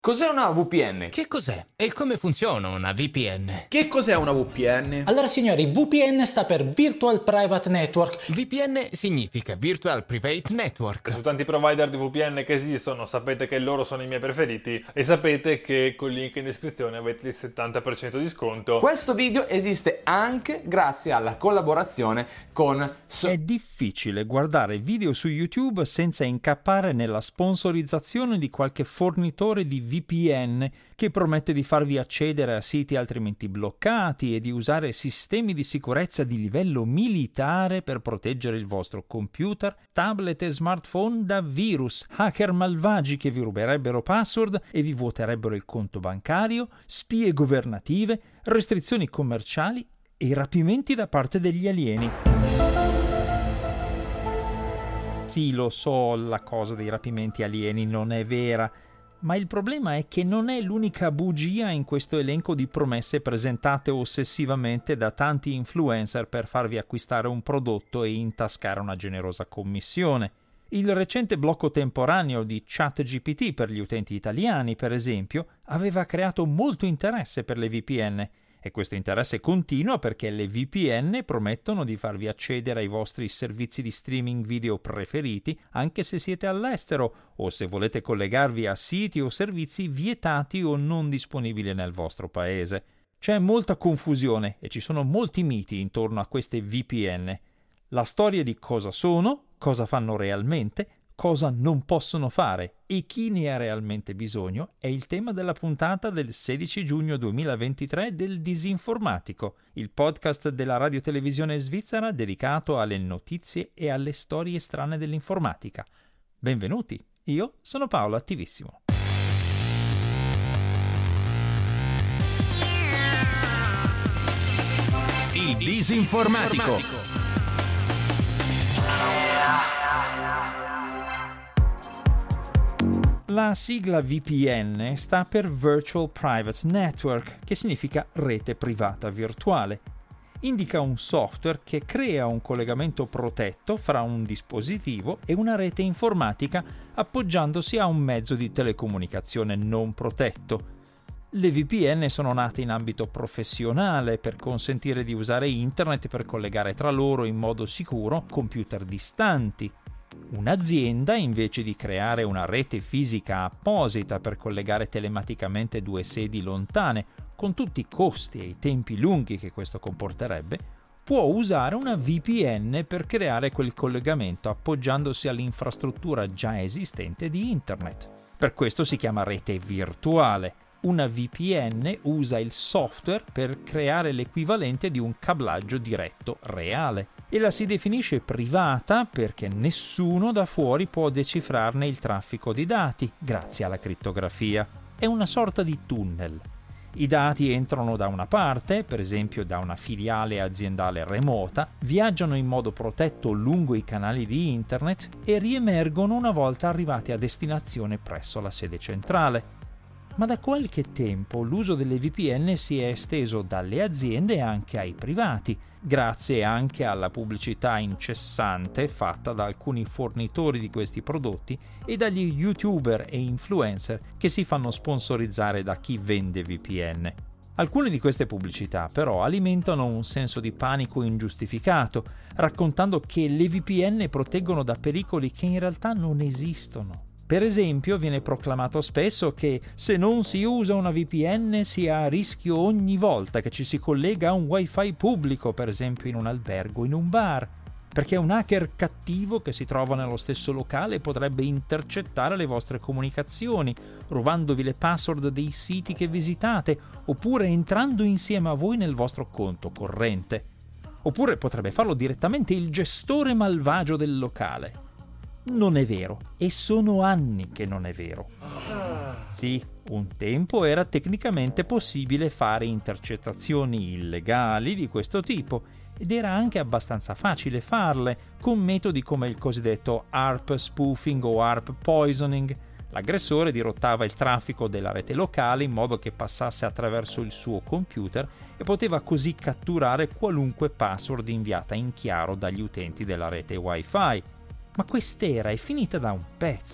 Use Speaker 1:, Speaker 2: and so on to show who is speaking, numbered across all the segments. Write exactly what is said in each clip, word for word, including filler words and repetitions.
Speaker 1: Cos'è una V P N?
Speaker 2: Che cos'è? E come funziona una V P N?
Speaker 3: Che cos'è una V P N?
Speaker 4: Allora signori, V P N sta per Virtual Private Network.
Speaker 2: V P N significa Virtual Private Network.
Speaker 5: Su tanti provider di V P N che esistono sapete che loro sono i miei preferiti e sapete che col link in descrizione avete il settanta per cento di sconto.
Speaker 1: Questo video esiste anche grazie alla collaborazione con... So-
Speaker 6: È difficile guardare video su YouTube senza incappare nella sponsorizzazione di qualche fornitore di V P N che promette di farvi accedere a siti altrimenti bloccati e di usare sistemi di sicurezza di livello militare per proteggere il vostro computer, tablet e smartphone da virus, hacker malvagi che vi ruberebbero password e vi vuoterebbero il conto bancario, spie governative, restrizioni commerciali e rapimenti da parte degli alieni. Sì, lo so, la cosa dei rapimenti alieni non è vera, ma il problema è che non è l'unica bugia in questo elenco di promesse presentate ossessivamente da tanti influencer per farvi acquistare un prodotto e intascare una generosa commissione. Il recente blocco temporaneo di ChatGPT per gli utenti italiani, per esempio, aveva creato molto interesse per le V P N. E questo interesse continua perché le V P N promettono di farvi accedere ai vostri servizi di streaming video preferiti anche se siete all'estero o se volete collegarvi a siti o servizi vietati o non disponibili nel vostro paese. C'è molta confusione e ci sono molti miti intorno a queste V P N. La storia di cosa sono, cosa fanno realmente, cosa non possono fare e chi ne ha realmente bisogno è il tema della puntata del sedici giugno duemilaventitré del Disinformatico, il podcast della radiotelevisione svizzera dedicato alle notizie e alle storie strane dell'informatica. Benvenuti, io sono Paolo Attivissimo.
Speaker 2: Il Disinformatico.
Speaker 6: La sigla V P N sta per Virtual Private Network, che significa rete privata virtuale. Indica un software che crea un collegamento protetto fra un dispositivo e una rete informatica appoggiandosi a un mezzo di telecomunicazione non protetto. Le V P N sono nate in ambito professionale per consentire di usare internet per collegare tra loro in modo sicuro computer distanti. Un'azienda, invece di creare una rete fisica apposita per collegare telematicamente due sedi lontane, con tutti i costi e i tempi lunghi che questo comporterebbe, può usare una V P N per creare quel collegamento appoggiandosi all'infrastruttura già esistente di internet. Per questo si chiama rete virtuale. Una V P N usa il software per creare l'equivalente di un cablaggio diretto reale e la si definisce privata perché nessuno da fuori può decifrarne il traffico di dati grazie alla crittografia. È una sorta di tunnel. I dati entrano da una parte, per esempio da una filiale aziendale remota, viaggiano in modo protetto lungo i canali di internet e riemergono una volta arrivati a destinazione presso la sede centrale. Ma da qualche tempo l'uso delle V P N si è esteso dalle aziende anche ai privati, grazie anche alla pubblicità incessante fatta da alcuni fornitori di questi prodotti e dagli YouTuber e influencer che si fanno sponsorizzare da chi vende V P N. Alcune di queste pubblicità però alimentano un senso di panico ingiustificato, raccontando che le V P N proteggono da pericoli che in realtà non esistono. Per esempio, viene proclamato spesso che se non si usa una V P N si è a rischio ogni volta che ci si collega a un wifi pubblico, per esempio in un albergo o in un bar, perché un hacker cattivo che si trova nello stesso locale potrebbe intercettare le vostre comunicazioni, rubandovi le password dei siti che visitate, oppure entrando insieme a voi nel vostro conto corrente. Oppure potrebbe farlo direttamente il gestore malvagio del locale. Non è vero, e sono anni che non è vero. Sì, un tempo era tecnicamente possibile fare intercettazioni illegali di questo tipo ed era anche abbastanza facile farle con metodi come il cosiddetto A R P spoofing o A R P poisoning. L'aggressore dirottava il traffico della rete locale in modo che passasse attraverso il suo computer e poteva così catturare qualunque password inviata in chiaro dagli utenti della rete Wi-Fi. Ma quest'era è finita da un pezzo.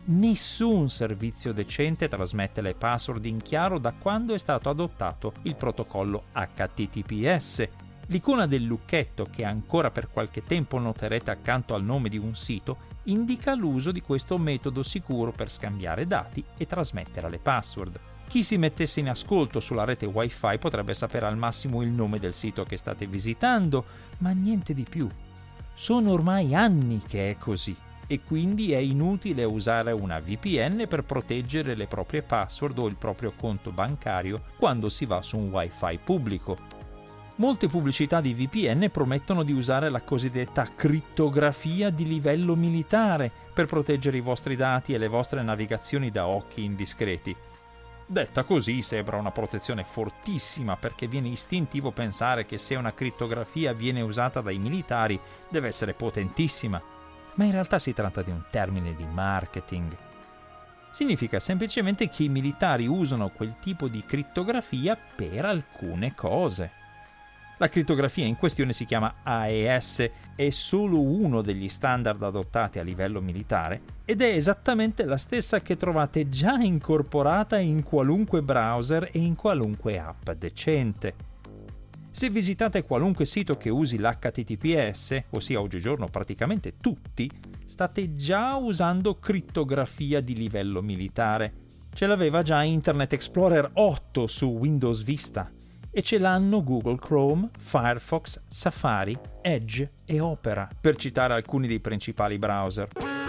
Speaker 6: Nessun servizio decente trasmette le password in chiaro da quando è stato adottato il protocollo H T T P S. L'icona del lucchetto, che ancora per qualche tempo noterete accanto al nome di un sito, indica l'uso di questo metodo sicuro per scambiare dati e trasmettere le password. Chi si mettesse in ascolto sulla rete Wi-Fi potrebbe sapere al massimo il nome del sito che state visitando, ma niente di più. Sono ormai anni che è così e quindi è inutile usare una V P N per proteggere le proprie password o il proprio conto bancario quando si va su un Wi-Fi pubblico. Molte pubblicità di V P N promettono di usare la cosiddetta crittografia di livello militare per proteggere i vostri dati e le vostre navigazioni da occhi indiscreti. Detta così sembra una protezione fortissima, perché viene istintivo pensare che se una crittografia viene usata dai militari deve essere potentissima, ma in realtà si tratta di un termine di marketing. Significa semplicemente che i militari usano quel tipo di crittografia per alcune cose. La crittografia in questione si chiama A E S, è solo uno degli standard adottati a livello militare ed è esattamente la stessa che trovate già incorporata in qualunque browser e in qualunque app decente. Se visitate qualunque sito che usi l'H T T P S, ossia oggigiorno praticamente tutti, state già usando crittografia di livello militare. Ce l'aveva già Internet Explorer otto su Windows Vista. E ce l'hanno Google Chrome, Firefox, Safari, Edge e Opera, per citare alcuni dei principali browser.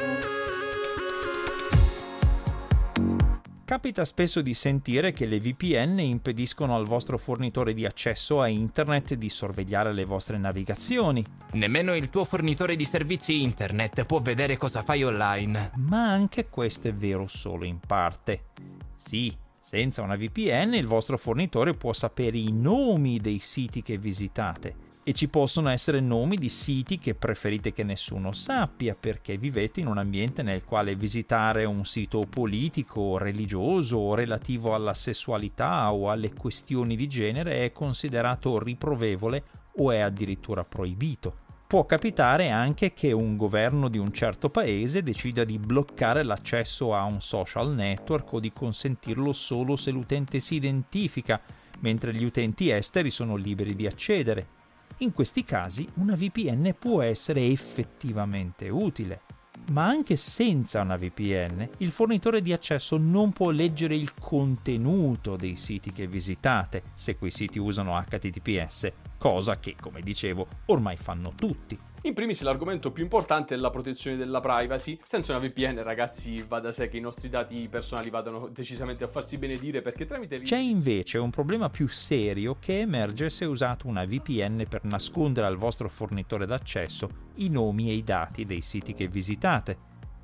Speaker 6: Capita spesso di sentire che le V P N impediscono al vostro fornitore di accesso a internet di sorvegliare le vostre navigazioni.
Speaker 2: Nemmeno il tuo fornitore di servizi internet può vedere cosa fai online.
Speaker 6: Ma anche questo è vero solo in parte. Sì, senza una V P N il vostro fornitore può sapere i nomi dei siti che visitate e ci possono essere nomi di siti che preferite che nessuno sappia perché vivete in un ambiente nel quale visitare un sito politico, religioso o relativo alla sessualità o alle questioni di genere è considerato riprovevole o è addirittura proibito. Può capitare anche che un governo di un certo paese decida di bloccare l'accesso a un social network o di consentirlo solo se l'utente si identifica, mentre gli utenti esteri sono liberi di accedere. In questi casi una V P N può essere effettivamente utile. Ma anche senza una V P N, il fornitore di accesso non può leggere il contenuto dei siti che visitate, se quei siti usano H T T P S, cosa che, come dicevo, ormai fanno tutti.
Speaker 7: In primis l'argomento più importante è la protezione della privacy. Senza una V P N, ragazzi, va da sé che i nostri dati personali vadano decisamente a farsi benedire, perché tramite...
Speaker 6: C'è invece un problema più serio che emerge se usate una V P N per nascondere al vostro fornitore d'accesso i nomi e i dati dei siti che visitate.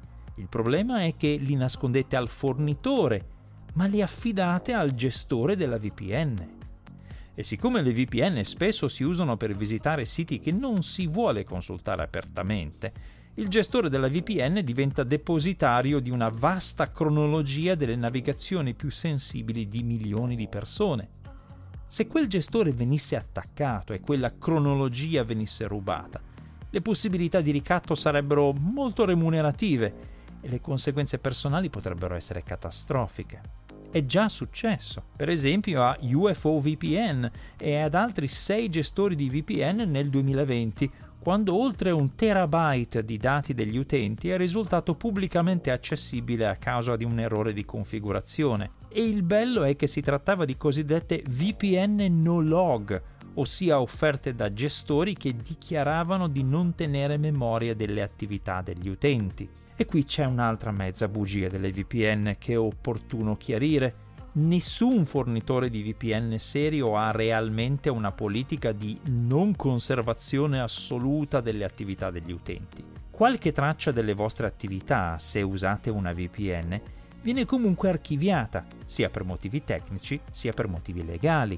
Speaker 6: Il problema è che li nascondete al fornitore, ma li affidate al gestore della V P N. E siccome le V P N spesso si usano per visitare siti che non si vuole consultare apertamente, il gestore della V P N diventa depositario di una vasta cronologia delle navigazioni più sensibili di milioni di persone. Se quel gestore venisse attaccato e quella cronologia venisse rubata, le possibilità di ricatto sarebbero molto remunerative e le conseguenze personali potrebbero essere catastrofiche. È già successo, per esempio a U F O V P N e ad altri sei gestori di V P N nel duemilaventi, quando oltre un terabyte di dati degli utenti è risultato pubblicamente accessibile a causa di un errore di configurazione. E il bello è che si trattava di cosiddette V P N no log, ossia offerte da gestori che dichiaravano di non tenere memoria delle attività degli utenti. E qui c'è un'altra mezza bugia delle V P N che è opportuno chiarire. Nessun fornitore di V P N serio ha realmente una politica di non conservazione assoluta delle attività degli utenti. Qualche traccia delle vostre attività, se usate una V P N, viene comunque archiviata, sia per motivi tecnici sia per motivi legali.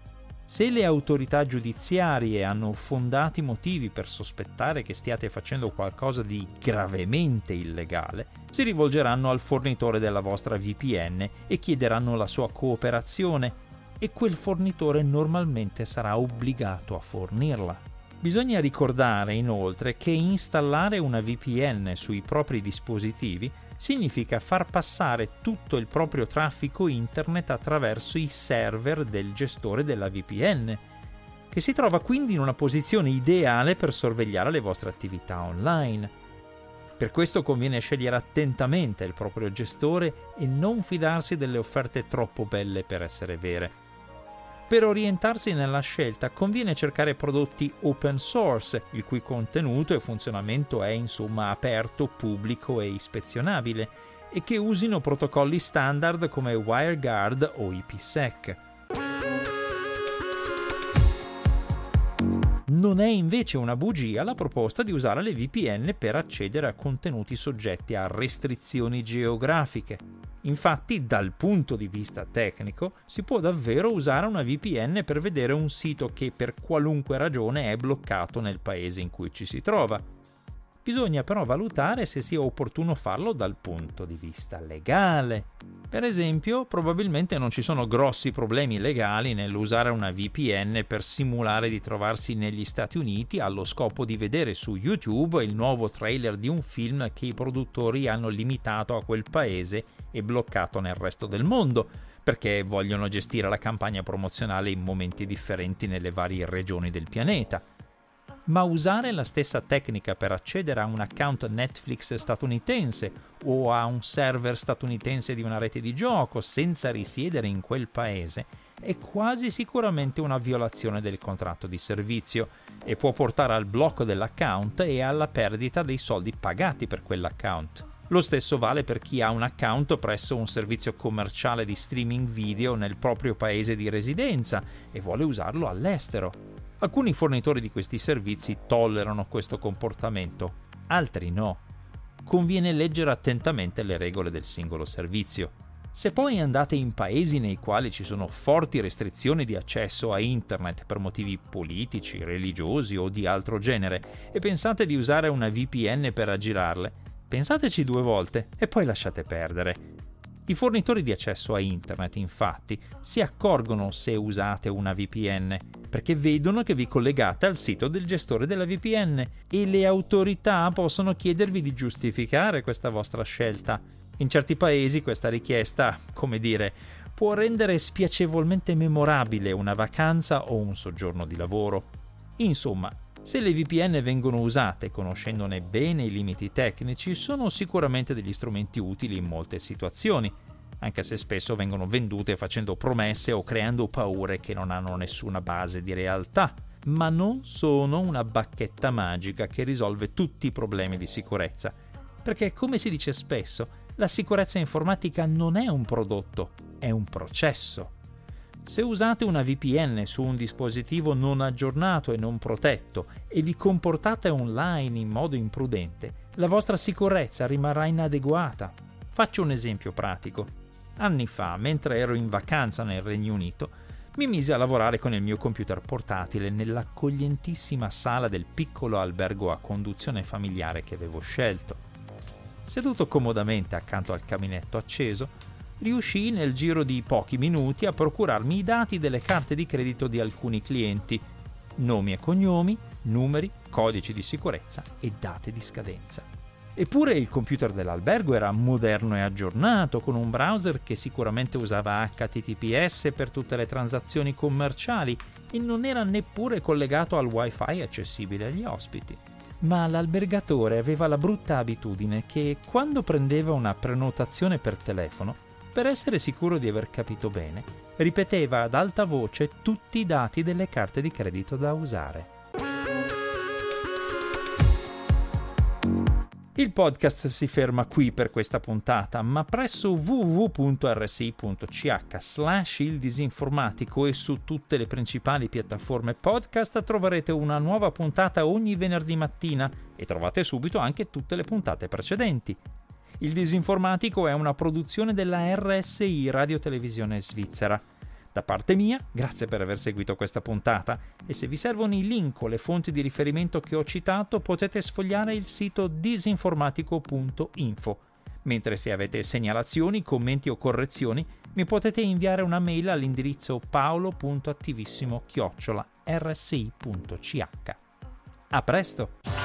Speaker 6: Se le autorità giudiziarie hanno fondati motivi per sospettare che stiate facendo qualcosa di gravemente illegale, si rivolgeranno al fornitore della vostra V P N e chiederanno la sua cooperazione, e quel fornitore normalmente sarà obbligato a fornirla. Bisogna ricordare inoltre che installare una V P N sui propri dispositivi significa far passare tutto il proprio traffico internet attraverso i server del gestore della V P N, che si trova quindi in una posizione ideale per sorvegliare le vostre attività online. Per questo conviene scegliere attentamente il proprio gestore e non fidarsi delle offerte troppo belle per essere vere. Per orientarsi nella scelta conviene cercare prodotti open source, il cui contenuto e funzionamento è insomma aperto, pubblico e ispezionabile, e che usino protocolli standard come WireGuard o IPsec. Non è invece una bugia la proposta di usare le V P N per accedere a contenuti soggetti a restrizioni geografiche. Infatti, dal punto di vista tecnico, si può davvero usare una V P N per vedere un sito che per qualunque ragione è bloccato nel paese in cui ci si trova. Bisogna però valutare se sia opportuno farlo dal punto di vista legale. Per esempio, probabilmente non ci sono grossi problemi legali nell'usare una V P N per simulare di trovarsi negli Stati Uniti allo scopo di vedere su YouTube il nuovo trailer di un film che i produttori hanno limitato a quel paese e bloccato nel resto del mondo, perché vogliono gestire la campagna promozionale in momenti differenti nelle varie regioni del pianeta. Ma usare la stessa tecnica per accedere a un account Netflix statunitense o a un server statunitense di una rete di gioco senza risiedere in quel paese è quasi sicuramente una violazione del contratto di servizio e può portare al blocco dell'account e alla perdita dei soldi pagati per quell'account. Lo stesso vale per chi ha un account presso un servizio commerciale di streaming video nel proprio paese di residenza e vuole usarlo all'estero. Alcuni fornitori di questi servizi tollerano questo comportamento, altri no. Conviene leggere attentamente le regole del singolo servizio. Se poi andate in paesi nei quali ci sono forti restrizioni di accesso a internet per motivi politici, religiosi o di altro genere e pensate di usare una V P N per aggirarle, pensateci due volte e poi lasciate perdere. I fornitori di accesso a internet, infatti, si accorgono se usate una V P N, perché vedono che vi collegate al sito del gestore della V P N e le autorità possono chiedervi di giustificare questa vostra scelta. In certi paesi questa richiesta, come dire, può rendere spiacevolmente memorabile una vacanza o un soggiorno di lavoro. Insomma, se le V P N vengono usate conoscendone bene i limiti tecnici, sono sicuramente degli strumenti utili in molte situazioni, anche se spesso vengono vendute facendo promesse o creando paure che non hanno nessuna base di realtà, ma non sono una bacchetta magica che risolve tutti i problemi di sicurezza, perché come si dice spesso, la sicurezza informatica non è un prodotto, è un processo. Se usate una V P N su un dispositivo non aggiornato e non protetto e vi comportate online in modo imprudente, la vostra sicurezza rimarrà inadeguata. Faccio un esempio pratico. Anni fa, mentre ero in vacanza nel Regno Unito, mi misi a lavorare con il mio computer portatile nell'accoglientissima sala del piccolo albergo a conduzione familiare che avevo scelto. Seduto comodamente accanto al caminetto acceso, riuscii nel giro di pochi minuti a procurarmi i dati delle carte di credito di alcuni clienti, nomi e cognomi, numeri, codici di sicurezza e date di scadenza. Eppure il computer dell'albergo era moderno e aggiornato, con un browser che sicuramente usava H T T P S per tutte le transazioni commerciali e non era neppure collegato al Wi-Fi accessibile agli ospiti. Ma l'albergatore aveva la brutta abitudine che, quando prendeva una prenotazione per telefono, per essere sicuro di aver capito bene, ripeteva ad alta voce tutti i dati delle carte di credito da usare. Il podcast si ferma qui per questa puntata, ma presso w w w punto r s i punto c h slash il disinformatico e su tutte le principali piattaforme podcast troverete una nuova puntata ogni venerdì mattina e trovate subito anche tutte le puntate precedenti. Il Disinformatico è una produzione della R S I Radio Televisione Svizzera. Da parte mia, grazie per aver seguito questa puntata e se vi servono i link o le fonti di riferimento che ho citato potete sfogliare il sito disinformatico punto info, mentre se avete segnalazioni, commenti o correzioni mi potete inviare una mail all'indirizzo paolo punto attivissimo chiocciola r s i punto c h. A presto!